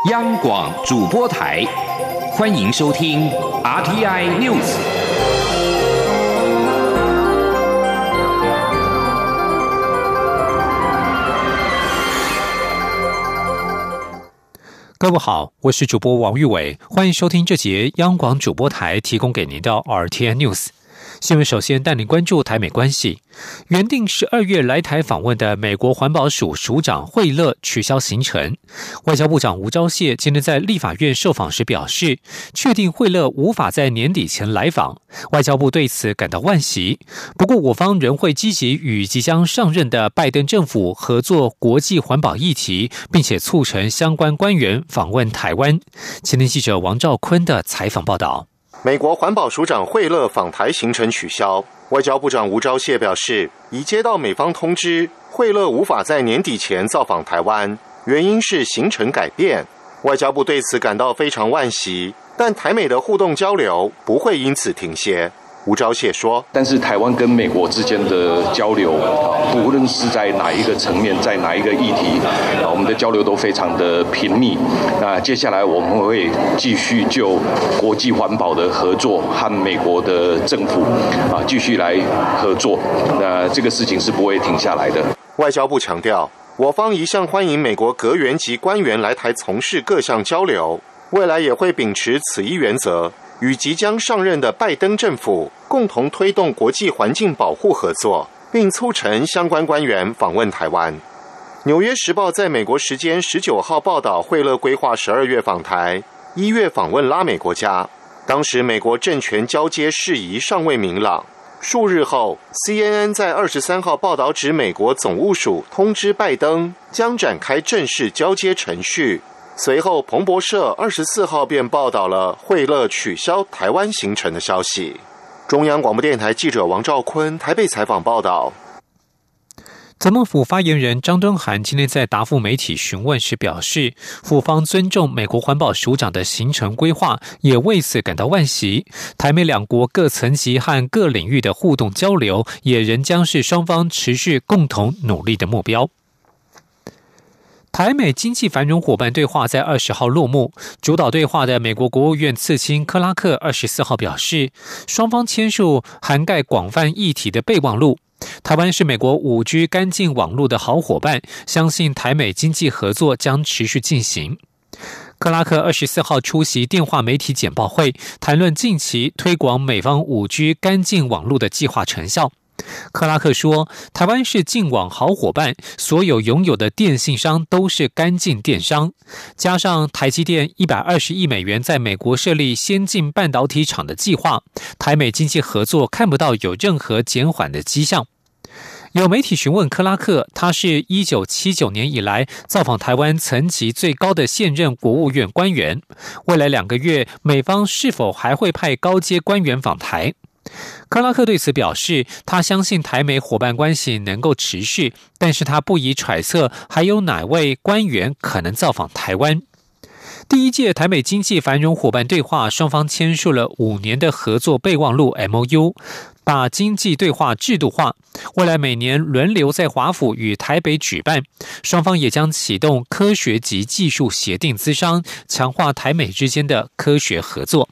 央广主播台，欢迎收听 RTI News。 各位好，我是主播王玉伟，欢迎收听这节央广主播台提供给您的 RTI News。新闻首先带您关注台美关系。原定12月来台访问的美国环保署署长惠勒取消行程。外交部长吴钊燮今天在立法院受访时表示，确定惠勒无法在年底前来访，外交部对此感到惋惜。不过我方仍会积极与即将上任的拜登政府合作国际环保议题，并且促成相关官员访问台湾。前天记者王兆坤的采访报道。 美国环保署长惠勒访台行程取消，外交部长吴钊燮表示，已接到美方通知，惠勒无法在年底前造访台湾，原因是行程改变。外交部对此感到非常惋惜，但台美的互动交流不会因此停歇。吴钊燮说， 但是台湾跟美国之间的交流，无论是在哪一个层面，在哪一个议题，我们的交流都非常的频密。那接下来我们会继续就国际环保的合作和美国的政府继续来合作。那这个事情是不会停下来的。 外交部强调，我方一向欢迎美国阁员及官员来台从事各项交流，未来也会秉持此一原则，与即将上任的拜登政府共同推动国际环境保护合作，并促成相关官员访问台湾。纽约时报在美国时间19号报道，惠勒规划12月访台，1月访问拉美国家。当时美国政权交接事宜尚未明朗。数日后 CNN 在23号报道指，美国总务署通知拜登将展开正式交接程序。随后彭博社24号便报道了惠勒取消台湾行程的消息。中央广播电台记者王兆坤台北采访报道。 总统府发言人张敦涵今天在答复媒体询问时表示，府方尊重美国环保署长的行程规划，也为此感到惋惜。台美两国各层级和各领域的互动交流，也仍将是双方持续共同努力的目标。台美经济繁荣伙伴对话在20号落幕，主导对话的美国国务院次卿克拉克24号表示，双方签署涵盖广泛议题的备忘录。台湾是美国5G 干净网络的好伙伴，相信台美经济合作将持续进行。克拉克24号出席电话媒体简报会，谈论近期推广美方5G 干净网络的计划成效。克拉克说，台湾是净网好伙伴，所有拥有的电信商都是干净电商，加上台积电120亿美元在美国设立先进半导体厂的计划，台美经济合作看不到有任何减缓的迹象。有媒体询问克拉克，他是1979年以来造访台湾层级最高的现任国务院官员，未来2个月美方是否还会派高阶官员访台？克拉克对此表示，他相信台美伙伴关系能够持续，但是他不宜揣测还有哪位官员可能造访台湾。第一届台美经济繁荣伙伴对话，双方签署了5年的合作备忘录 MOU， 把经济对话制度化，未来每年轮流在华府与台北举办，双方也将启动科学及技术协定咨商，强化台美之间的科学合作。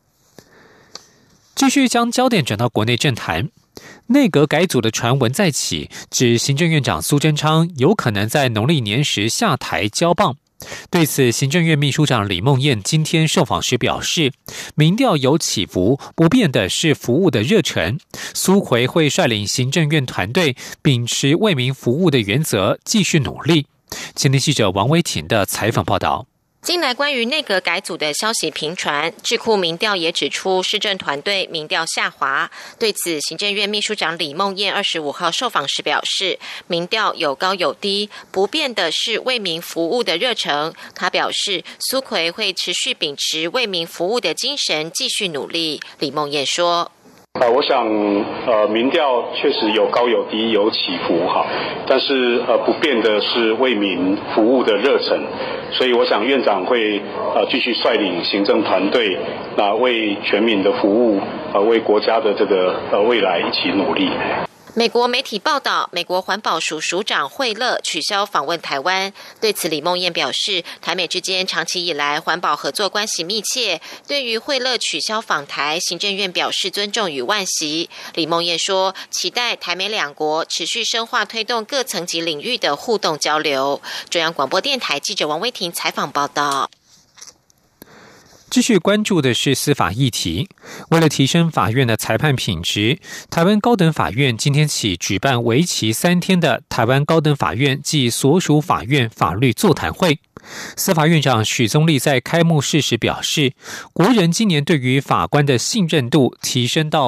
继续将焦点转到国内政坛，内阁改组的传闻再起，指行政院长苏贞昌有可能在农历年时下台交棒。对此，行政院秘书长李孟燕今天受访时表示，民调有起伏，不变的是服务的热忱。苏揆会率领行政院团队，秉持为民服务的原则，继续努力。前天记者王威婷的采访报道。 近来关于内阁改组的消息频传，智库民调也指出施政团队民调下滑。对此，行政院秘书长李孟燕25号受访时表示，民调有高有低，不变的是为民服务的热诚。他表示，苏揆会持续秉持为民服务的精神，继续努力。李孟燕说， 我想民调确实有高有低有起伏哈，但是不变的是为民服务的热忱，所以我想院长会继续率领行政团队，为全民的服务为国家的这个未来一起努力。 美国媒体报道，美国环保署署长惠勒取消访问台湾。对此，李孟燕表示，台美之间长期以来环保合作关系密切。对于惠勒取消访台，行政院表示尊重与惋惜。李孟燕说，期待台美两国持续深化推动各层级领域的互动交流。中央广播电台记者王威婷采访报道。 继续关注的是司法议题。为了提升法院的裁判品质，台湾高等法院今天起举办为期3天的台湾高等法院暨所属法院法律座谈会。司法院长许宗力在开幕式时表示，国人今年对于法官的信任度提升到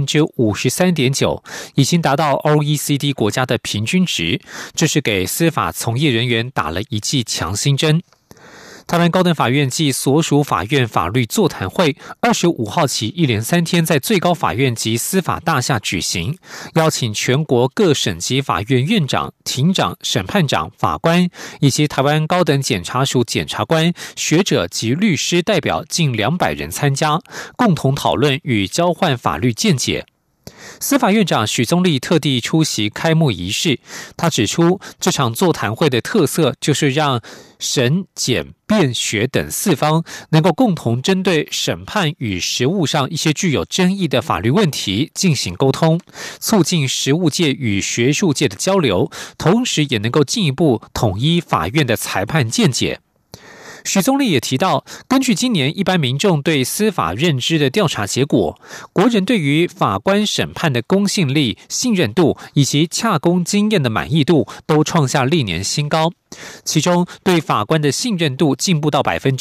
53.9%， 已经达到 OECD 国家的平均值，这是给司法从业人员打了一剂强心针。台湾高等法院暨所属法院法律座谈会25号起一连3天在最高法院及司法大厦举行，邀请全国各省级法院院长、庭长、审判长、法官以及台湾高等检察署检察官、学者及律师代表近200人参加，共同讨论与交换法律见解。司法院长许宗力特地出席开幕仪式，他指出，这场座谈会的特色就是让审、检、辩、学等4方能够共同针对审判与实务上一些具有争议的法律问题进行沟通，促进实务界与学术界的交流，同时也能够进一步统一法院的裁判见解。许宗力也提到，根据今年一般民众对司法认知的调查结果，国人对于法官审判的公信力、信任度以及洽公经验的满意度都创下历年新高。其中，对法官的信任度进步到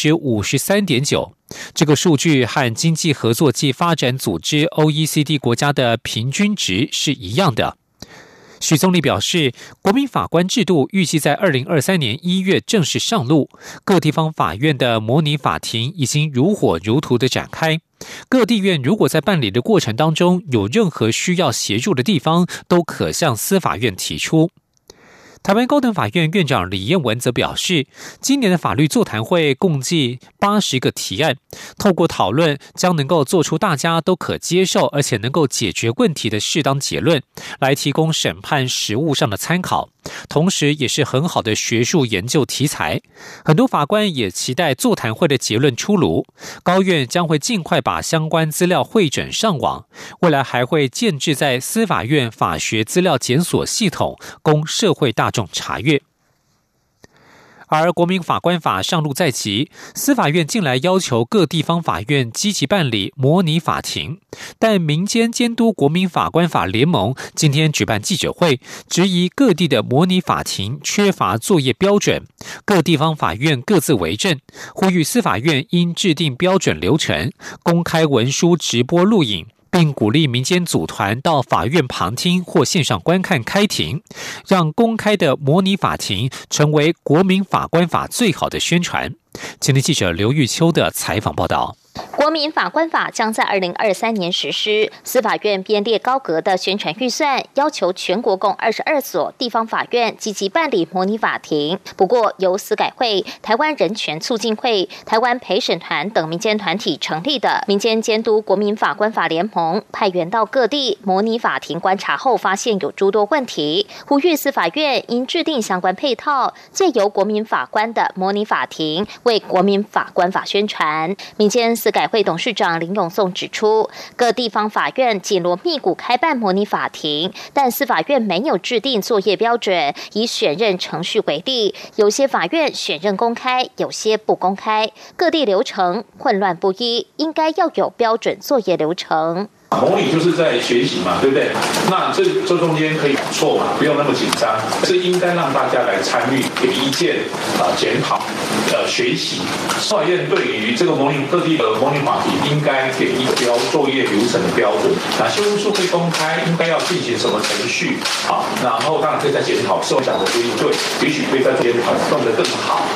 53.9%， 这个数据和经济合作暨发展组织 OECD 国家的平均值是一样的。许宗力表示，国民法官制度预计在2023年1月正式上路，各地方法院的模拟法庭已经如火如荼的展开。各地院如果在办理的过程当中有任何需要协助的地方，都可向司法院提出。台湾高等法院院长李彦文则表示，今年的法律座谈会共计80个提案，透过讨论将能够做出大家都可接受而且能够解决问题的适当结论，来提供审判实务上的参考，同时也是很好的学术研究题材。很多法官也期待座谈会的结论出炉，高院将会尽快把相关资料汇整上网，未来还会建置在司法院法学资料检索系统，供社会大众查阅。而国民法官法上路在即，司法院近来要求各地方法院积极办理模拟法庭，但民间监督国民法官法联盟今天举办记者会，质疑各地的模拟法庭缺乏作业标准，各地方法院各自为政，呼吁司法院应制定标准流程，公开文书直播录影，并鼓励民间组团到法院旁听或线上观看开庭，让公开的模拟法庭成为国民法官法最好的宣传。今天记者刘玉秋的采访报道。 国民法官法将在2023年实施，司法院编列高额的宣传预算，要求全国共22所地方法院积极办理模拟法庭。不过，由司改会、台湾人权促进会、台湾陪审团等民间团体成立的民间监督国民法官法联盟，派员到各地模拟法庭观察后，发现有诸多问题，呼吁司法院应制定相关配套，借由国民法官的模拟法庭为国民法官法宣传。民间司改会董事长林永颂指出，各地方法院紧锣密鼓开办模拟法庭，但司法院没有制定作业标准。以选任程序为例，有些法院选任公开，有些不公开，各地流程混乱不一，应该要有标准作业流程。 模拟就是在学习嘛，对不对？那这中间可以错嘛，不用那么紧张，是应该让大家来参与、给意见、检讨、学习。司法院对于这个各地的模拟法庭，应该给一个作业流程的标准，哪些文书可以公开，应该要进行什么程序然后当然可以再检讨，是我讲的不对，也许可以在中间弄得更好。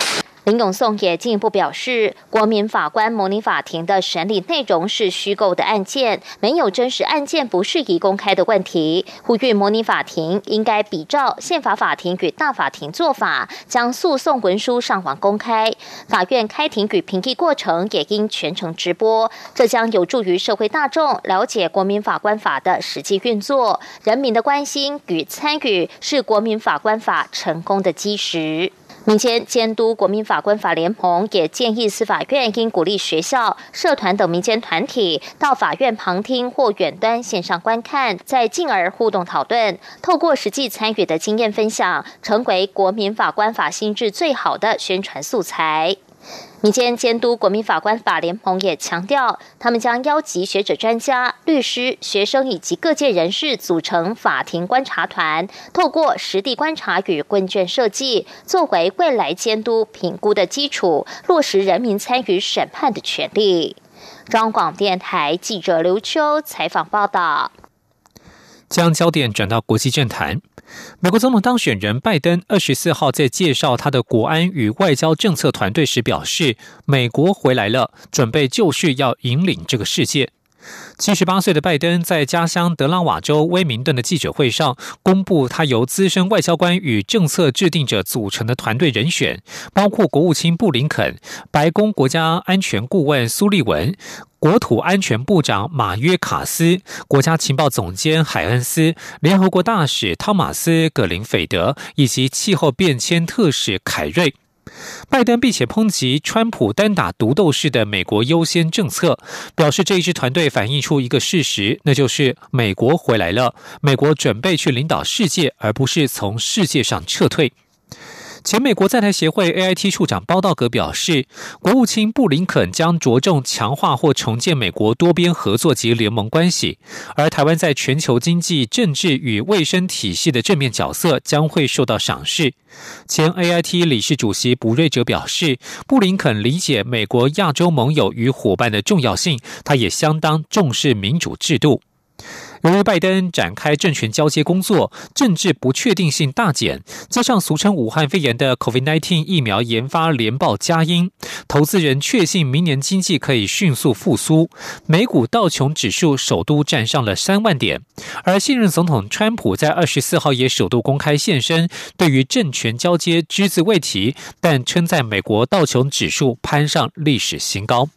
林永颂也进一步表示，国民法官模拟法庭的审理内容是虚构的案件，没有真实案件不适宜公开的问题，呼吁模拟法庭应该比照宪法法庭与大法庭做法，将诉讼文书上网公开，法院开庭与评议过程也应全程直播，这将有助于社会大众了解国民法官法的实际运作，人民的关心与参与是国民法官法成功的基石。民间监督国民法官法联盟也建议司法院应鼓励学校、社团等民间团体到法院旁听或远端线上观看，再进而互动讨论，透过实际参与的经验分享，成为国民法官法心智最好的宣传素材。民间监督国民法官法联盟也强调，他们将邀集学者专家、律师、学生以及各界人士组成法庭观察团，透过实地观察与问卷设计，作为未来监督评估的基础，落实人民参与审判的权利。中央广电台记者刘秋采访报道。 将焦点转到国际政坛。美国总统当选人拜登24号在介绍他的国安与外交政策团队时表示，美国回来了，准备就绪要引领这个世界。78岁的拜登在家乡德拉瓦州威明顿的记者会上公布他由资深外交官与政策制定者组成的团队人选，包括国务卿布林肯、白宫国家安全顾问苏利文、国土安全部长马约卡斯、国家情报总监海恩斯、联合国大使汤马斯·葛林菲德以及气候变迁特使凯瑞。拜登并且抨击川普单打独斗式的美国优先政策，表示这一支团队反映出一个事实，那就是美国回来了，美国准备去领导世界，而不是从世界上撤退。前美国在台协会 AIT 处长包道格表示，国务卿布林肯将着重强化或重建美国多边合作及联盟关系，而台湾在全球经济、政治与卫生体系的正面角色将会受到赏识。前 AIT 理事主席卜瑞哲表示，布林肯理解美国亚洲盟友与伙伴的重要性，他也相当重视民主制度。由于拜登展开政权交接工作，政治不确定性大减，加上俗称武汉肺炎的 COVID-19 疫苗研发连爆佳音，投资人确信明年经济可以迅速复苏，美股道琼指数首度站上了3万点。而现任总统川普在24号也首度公开现身，对于政权交接只字未提，但称赞美国道琼指数攀上历史新高。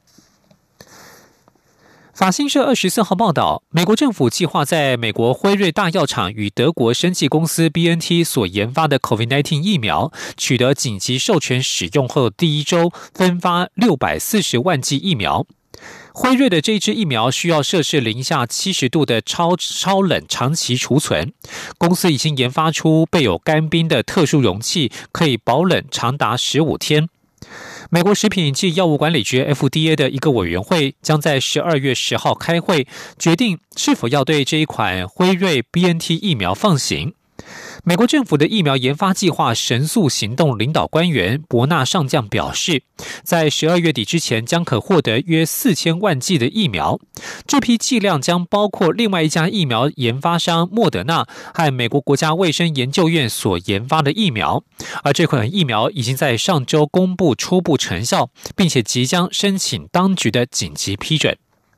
法新社24号报道，美国政府计划在美国辉瑞大药厂与德国生技公司 BNT 所研发的 COVID-19 疫苗取得紧急授权使用后第一周分发640万剂疫苗。辉瑞的这支疫苗需要摄氏零下70度的超冷长期储存，公司已经研发出备有干冰的特殊容器，可以保冷长达15天。美国食品及药物管理局 FDA 的一个委员会将在12月10号开会，决定是否要对这一款辉瑞 BNT 疫苗放行。美国政府的疫苗研发计划神速行动领导官员伯纳上将表示，在12月底之前将可获得约4000万剂的疫苗，这批剂量将包括另外一家疫苗研发商莫德纳和美国国家卫生研究院所研发的疫苗，而这款疫苗已经在上周公布初步成效，并且即将申请当局的紧急批准。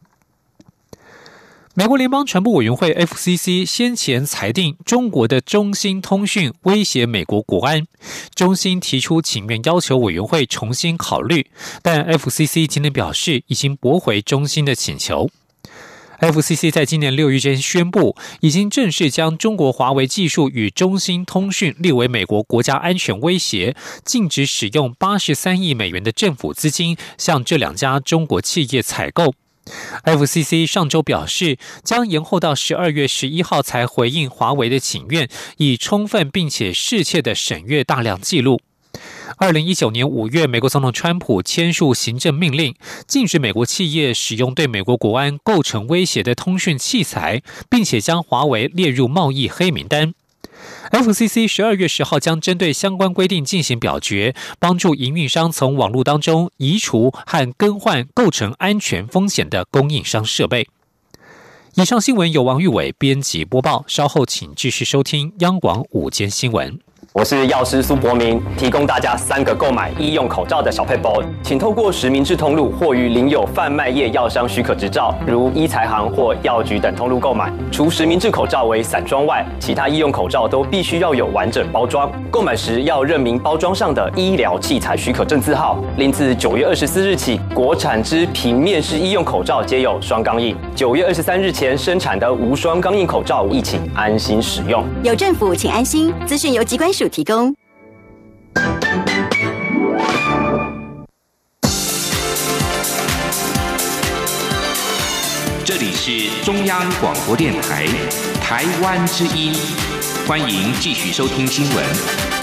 美国联邦传播委员会 FCC 先前裁定中国的中兴通讯威胁美国国安，中兴提出请愿要求委员会重新考虑，但 FCC 今天表示已经驳回中兴的请求。FCC 在今年6月间宣布，已经正式将中国华为技术与中兴通讯列为美国国家安全威胁，禁止使用83亿美元的政府资金向这2家中国企业采购。FCC 上周表示，将延后到12月11号才回应华为的请愿，以充分并且适切的审阅大量记录。2019年5月，美国总统川普签署行政命令，禁止美国企业使用对美国国安构成威胁的通讯器材，并且将华为列入贸易黑名单。FCC 12月10号将针对相关规定进行表决，帮助营运商从网络当中移除和更换构成安全风险的供应商设备。以上新闻由王玉伟编辑播报，稍后请继续收听央广午间新闻。 我是药师苏博明，提供大家3个购买医用口罩的小撇步，请透过实名制通路或于领有贩卖业药商许可执照，如医材行或药局等通路购买。除实名制口罩为散装外，其他医用口罩都必须要有完整包装。购买时要认明包装上的医疗器材许可证字号。另自9月24日起，国产之平面式医用口罩皆有双钢印。9月23日前生产的无双钢印口罩，亦请安心使用。 有政府，请安心。资讯由疾管署提供。 这里是中央广播电台台湾之音，欢迎继续收听新闻。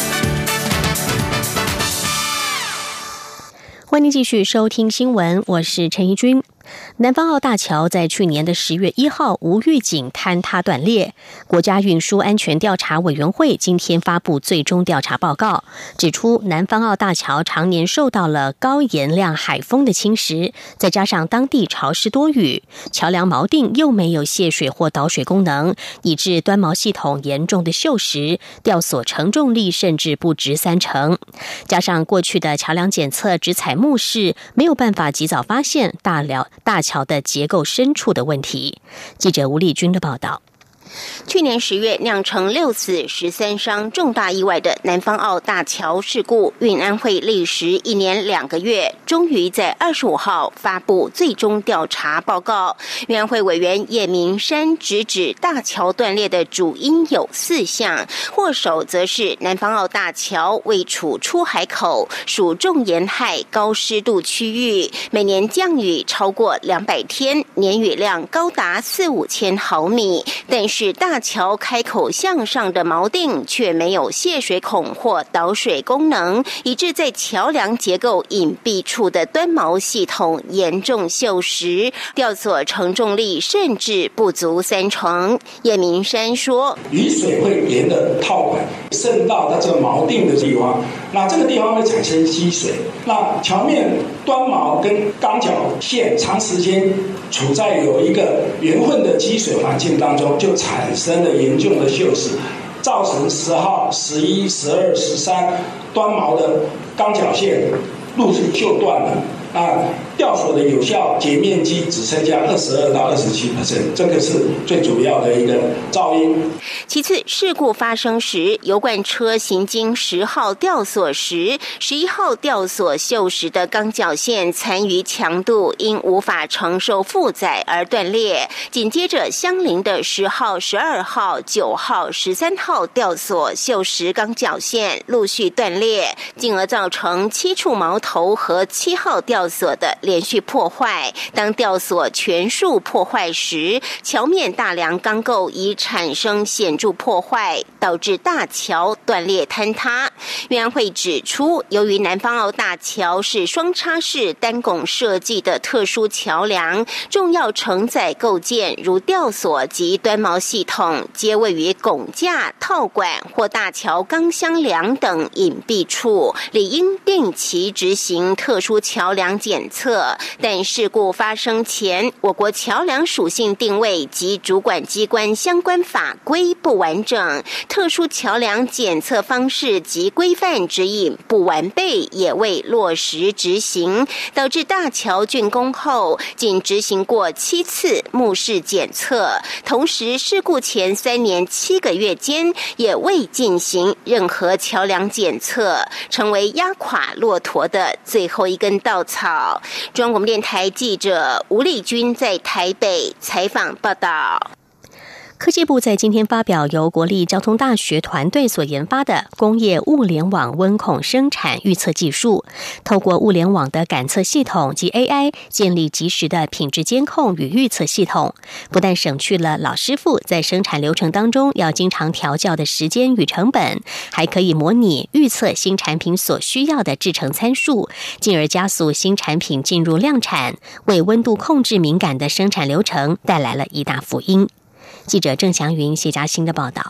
欢迎继续收听新闻，我是陈怡君。南方澳大桥在去年的10月1号无预警坍塌断裂，国家运输安全调查委员会今天发布最终调查报告，指出南方澳大桥常年受到了高盐量海风的侵蚀，再加上当地潮湿多雨，桥梁锚定又没有泄水或导水功能，以致端锚系统严重的锈蚀，吊索承重力甚至不值30%。加上过去的桥梁检测只采目视，没有办法及早发现大桥的结构深处的问题。记者吴丽君的报道。 去年10月酿成6死13伤重大意外的南方澳大桥事故，运安会历时1年2个月，终于在25号发布最终调查报告。运安会委员叶明山直指大桥断裂的主因有4项，祸首则是南方澳大桥位处出海口，属重沿海高湿度区域，每年降雨超过200天，年雨量高达4-5千毫米，但是大桥开口向上的锚定却没有泄水孔或导水功能，以致在桥梁结构隐蔽处的端锚系统严重锈蚀，吊索承重力甚至不足30%。叶明山说， 雨水会沿着套管渗到这个锚定的地方，那这个地方会产生积水，那桥面端锚跟钢脚线长时间处在有一个盐混的积水环境当中，就产生了严重的锈蚀，造成10号、11、12、13端锚的钢脚线路就断了，吊索的有效截面积只剩下22%到27%，这个是最主要的一个噪音。 其次，事故发生时，油罐车行经10号吊索时，11号吊索锈蚀的钢脚线残余强度因无法承受负载而断裂，紧接着相邻的10号、12号、9号、13号吊索锈蚀钢脚线陆续断裂，进而造成7处锚头和7号吊索的连续破坏。当吊索全数破坏时，桥面大梁钢构已产生显著破坏，导致大桥断裂坍塌。运安会指出，由于南方澳大桥是双叉式单拱设计的特殊桥梁，重要承载构件如吊索及端锚系统皆位于拱架、套管或大桥钢箱梁等隐蔽处，理应定期执行特殊桥梁检测。但事故发生前，我国桥梁属性定位及主管机关相关法规不完整，特殊桥梁检测方式及规范指引不完备，也未落实执行，导致大桥竣工后仅执行过7次目视检测，同时事故前3年7个月间也未进行任何桥梁检测，成为压垮骆驼的最后一根稻草。中央广播电台记者吴丽君在台北采访报道。 科技部在今天发表由国立交通大学团队所研发的工业物联网温控生产预测技术，透过物联网的感测系统及 AI 建立即时的品质监控与预测系统，不但省去了老师傅在生产流程当中要经常调校的时间与成本，还可以模拟预测新产品所需要的制程参数，进而加速新产品进入量产，为温度控制敏感的生产流程带来了一大福音。记者郑祥云、谢嘉欣的报道。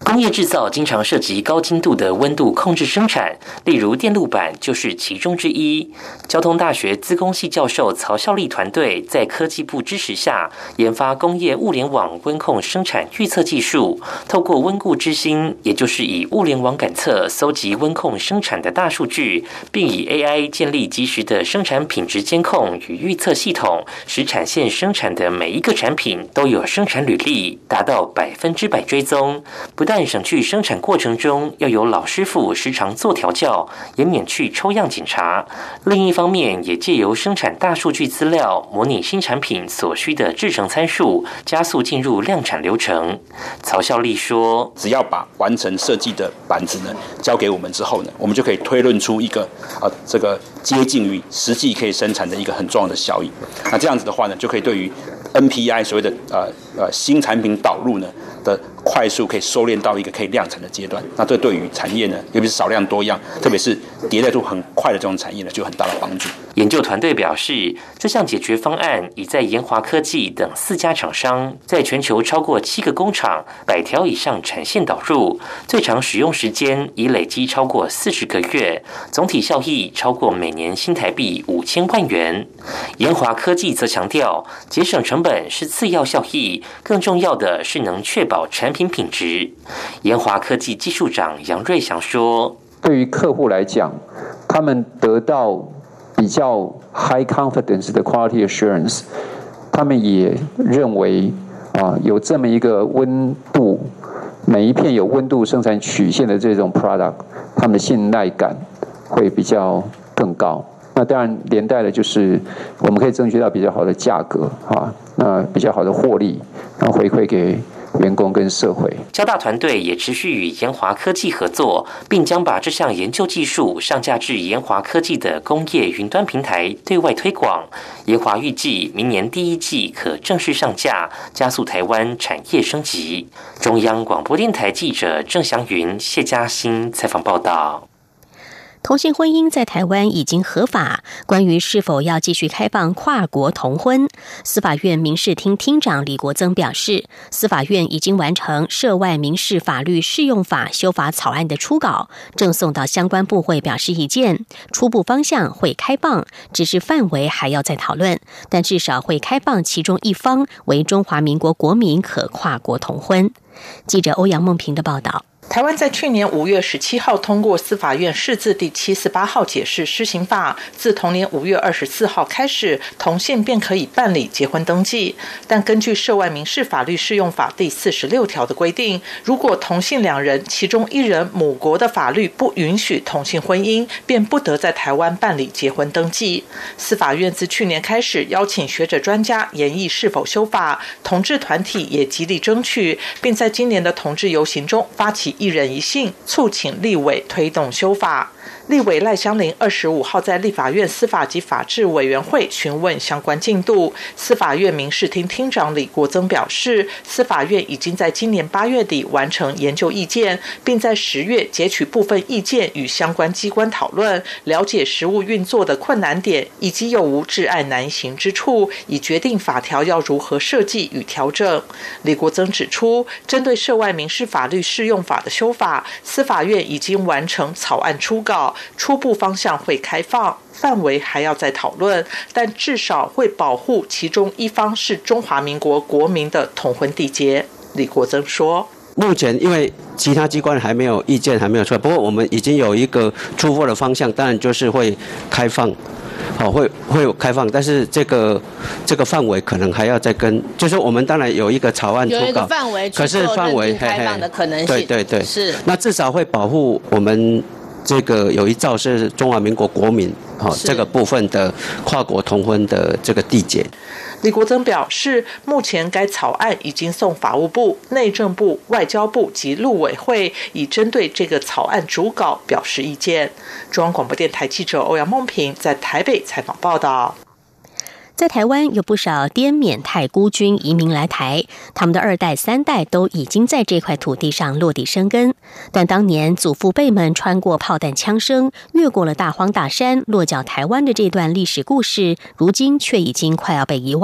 工业制造经常涉及高精度的温度控制生产，例如电路板就是其中之一。交通大学资工系教授曹孝利团队在科技部支持下，研发工业物联网温控生产预测技术，透过温固之星，也就是以物联网感测搜集温控生产的大数据，并以 AI 建立即时的生产品质监控与预测系统，使产线生产的每一个产品都有生产履历，达到100%追踪。不但省去生产过程中要有老师傅时常做调教，也免去抽样检查。另一方面，也借由生产大数据资料，模拟新产品所需的制程参数，加速进入量产流程。曹孝利说：“ 只要把完成设计的板子呢交给我们之后呢，我们就可以推论出一个这个接近于实际可以生产的一个很重要的效益。那这样子的话呢，就可以对于 NPI 所谓的新产品导入呢的快速可以收敛到一个可以量产的阶段。那这对于产业呢，尤其是少量多样，特别是迭代度很快的这种产业呢，就有很大的帮助。” 研究团队表示，这项解决方案已在研华科技等4家厂商，在全球超过7个工厂100条以上产线导入，最长使用时间已累积超过40个月，总体效益超过每年新台币5000万元。研华科技则强调，节省成本是次要效益，更重要的是能确保产品品质。研华科技技术长杨瑞祥说：“ 对于客户来讲，他们得到比较 high confidence 的 quality assurance， 他们也认为有这么一个温度，每一片有温度生产曲线的这种 product， 他们的信赖感会比较更高。那当然连带的就是我们可以争取到比较好的价格那比较好的获利，然后回馈给员工跟社会。” 交大团队也持续与研华科技合作，并将把这项研究技术上架至研华科技的工业云端平台对外推广。研华预计明年第1季可正式上架，加速台湾产业升级。中央广播电台记者郑祥云、谢嘉欣采访报道。 同性婚姻在台湾已经合法，关于是否要继续开放跨国同婚，司法院民事厅厅长李国增表示，司法院已经完成涉外民事法律适用法修法草案的初稿，正送到相关部会表示意见，初步方向会开放，只是范围还要再讨论，但至少会开放其中一方为中华民国国民可跨国同婚。记者欧阳梦平的报道。 台湾在去年5月17号通过司法院释字第748号解释施行法，自同年5月24号开始，同性便可以办理结婚登记。但根据涉外民事法律适用法第46条的规定，如果同性2人其中1人母国的法律不允许同性婚姻，便不得在台湾办理结婚登记。司法院自去年开始邀请学者专家研议是否修法，同志团体也极力争取，并在今年的同志游行中发起一人一信，促请立委推动修法。立委赖香伶25号在立法院司法及法制委员会询问相关进度，司法院民事厅厅长李国增表示，司法院已经在今年8月底完成研究意见，并在10月截取部分意见与相关机关讨论，了解实务运作的困难点以及有无窒碍难行之处，以决定法条要如何设计与调整。李国增指出，针对涉外民事法律适用法的修法，司法院已经完成草案初稿，初步方向会开放，范围还要再讨论，但至少会保护其中一方是中华民国国民的同婚缔结。李国增说， 目前因为其他机关还没有意见，还没有出来，不过我们已经有一个初步的方向，当然就是会开放，会有开放，但是这个范围可能还要再跟，就是我们当然有一个草案初稿， 有一个范围，可是范围开放的可能性， 对， 是， 那至少会保护我们这个有一兆是中华民国国民，这个部分的跨国同婚的这个缔结。 李国增表示，目前该草案已经送法务部、内政部、外交部及陆委会，已针对这个草案主稿表示意见。中央广播电台记者欧阳梦平在台北采访报道。 在台湾有不少滇缅泰孤军移民来台，他们的2代3代都已经在这块土地上落地生根，但当年祖父辈们穿过炮弹枪声，越过了大荒大山，落脚台湾的这段历史故事，如今却已经快要被遗忘。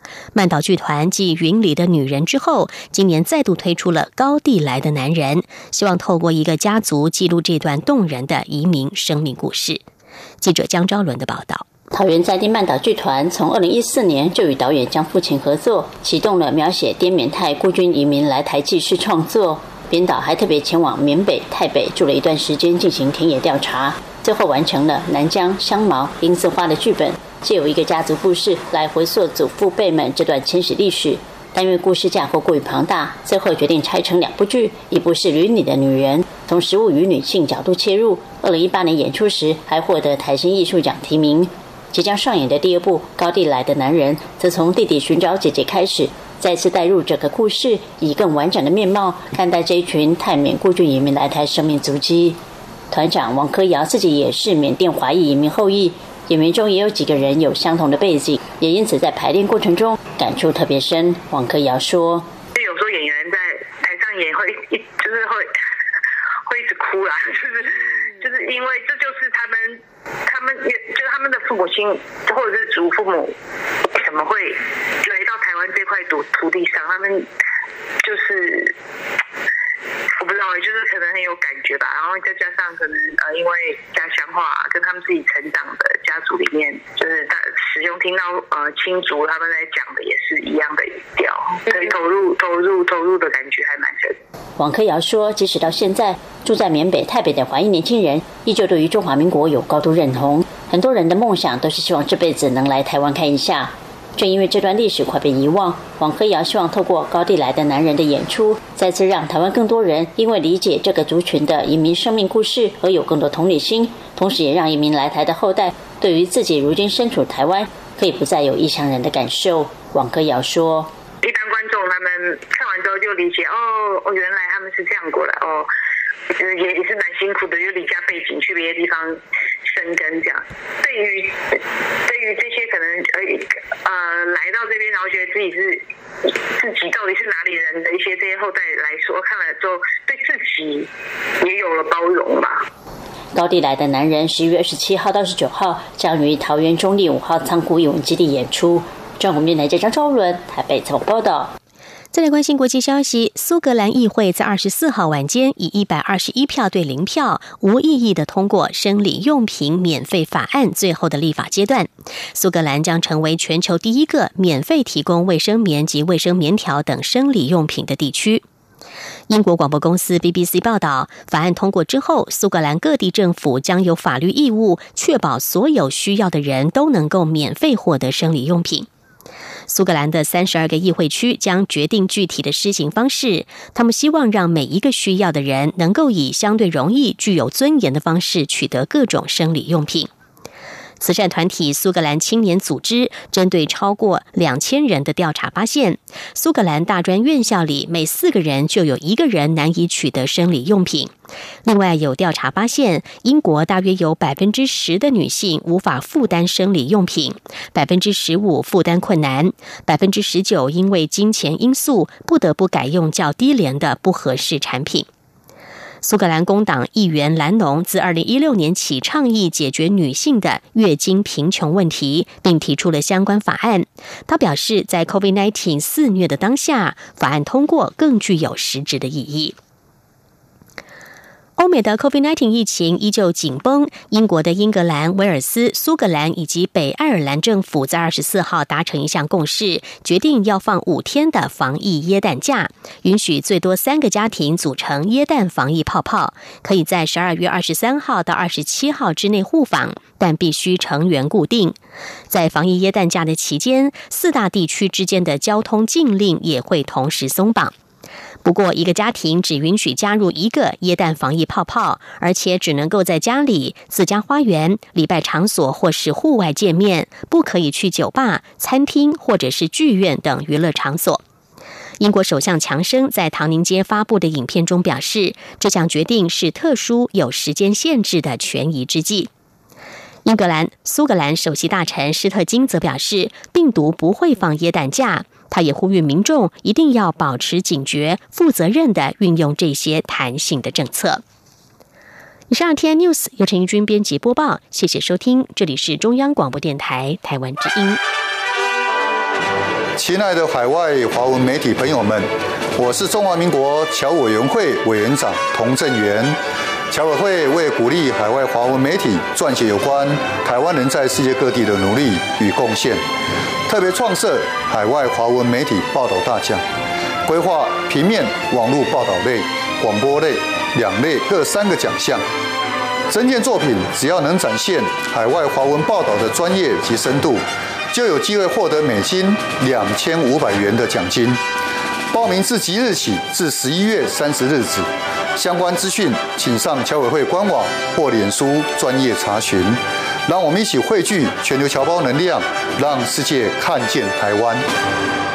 曼岛剧团继《云里的女人》之后，今年再度推出了《高地来的男人》，希望透过一个家族记录这段动人的移民生命故事。记者江昭伦的报道。 桃园在地曼岛剧团从2014年就与导演江富琴合作，启动了描写滇缅泰孤军移民来台纪实创作。编导还特别前往缅北、泰北住了一段时间进行田野调查，最后完成了南疆、香茅、罂粟花的剧本，借由一个家族故事来回溯祖父辈们这段迁徙历史。但因为故事架构过于庞大，最后决定拆成2部剧，一部是《云里的女人》，从食物与女性角度切入，2018年演出时还获得台新艺术奖提名。即将上演的第2部《高地来的男人》，则从弟弟寻找姐姐开始，再次带入这个故事，以更完整的面貌看待这一群泰缅孤军移民来台生命足迹。团长王科尧自己也是缅甸华裔移民后裔，演员中也有几个人有相同的背景，也因此在排练过程中感触特别深。王科尧说：“ 有时候演员在台上演会一直哭啦，就是因为这就是他们就是他们的父母亲或者是祖父母为什么会来到台湾这块土地上，他们就是我不知道，就是可能很有感觉吧，然后再加上可能因为家乡话跟他们自己成长的家族里面，就是始终听到亲族他们在讲的也是一样的语调，所以投入的感觉还蛮深。” 王科尧说，即使到现在住在缅北、泰北的华裔年轻人，依旧对于中华民国有高度认同，很多人的梦想都是希望这辈子能来台湾看一下。正因为这段历史快被遗忘，王科尧希望透过《高地来的男人》的演出，再次让台湾更多人因为理解这个族群的移民生命故事而有更多同理心，同时也让移民来台的后代对于自己如今身处台湾可以不再有异乡人的感受。王科尧说：“ 一般观众他们看完之后就理解，原来他们是这样过来，也是蛮辛苦的，又离家背景去别的地方生根这样。对于这些可能来到这边，然后觉得自己到底是哪里人的这些后代来说，看了之后对自己也有了包容吧。” 高地来的男人11月27号到19号将于桃园中壢5号仓库艺文基地演出。中国电台记者张昭伦台北采访报道。 再来关心国际消息，苏格兰议会在24号晚间以121票对0票无异议地通过生理用品免费法案最后的立法阶段。苏格兰将成为全球第一个免费提供卫生棉及卫生棉条等生理用品的地区。英国广播公司 BBC 报道，法案通过之后，苏格兰各地政府将有法律义务确保所有需要的人都能够免费获得生理用品。苏格兰的32个议会区将决定具体的施行方式，他们希望让每一个需要的人能够以相对容易、具有尊严的方式取得各种生理用品。慈善团体苏格兰青年组织针对超过2000人的调查发现，苏格兰大专院校里每4个人就有1个人难以取得生理用品。另外有调查发现，英国大约有10%的女性无法负担生理用品，15%负担困难，19%因为金钱因素不得不改用较低廉的不合适产品。苏格兰工党议员兰农自2016年起倡议解决女性的月经贫穷问题，并提出了相关法案。他表示，在 COVID-19 肆虐的当下，法案通过更具有实质的意义。欧美的 COVID-19 疫情依旧紧绷，英国的英格兰、威尔斯、苏格兰以及北爱尔兰政府在24号达成一项共识，决定要放5天的防疫耶诞假，允许最多3个家庭组成耶诞防疫泡泡，可以在12月23号到27号之内互访，但必须成员固定。在防疫耶诞假的期间，4大地区之间的交通禁令也会同时松绑。不过，一个家庭只允许加入1个耶诞防疫泡泡，而且只能够在家里、自家花园、礼拜场所或是户外见面，不可以去酒吧、餐厅或者是剧院等娱乐场所。英国首相强生在唐宁街发布的影片中表示，这项决定是特殊有时间限制的权宜之计。英格兰、苏格兰首席大臣施特金则表示，病毒不会放耶诞假。他也呼吁民众一定要保持警觉，负责任地运用这些弹性的政策。以上天 News 由陈怡君编辑播报，谢谢收听，这里是中央广播电台台湾之音。 亲爱的海外华文媒体朋友们，我是中华民国侨委员会委员长童振源。侨委会为鼓励海外华文媒体撰写有关台湾人在世界各地的努力与贡献，特别创设海外华文媒体报道大奖，规划平面、网络报道类、广播类2类各3个奖项。征件作品只要能展现海外华文报道的专业及深度，就有机会获得美金2500元的奖金。报名自即日起至11月30日止，相关资讯请上侨委会官网或脸书专业查询。让我们一起汇聚全球侨胞能量，让世界看见台湾。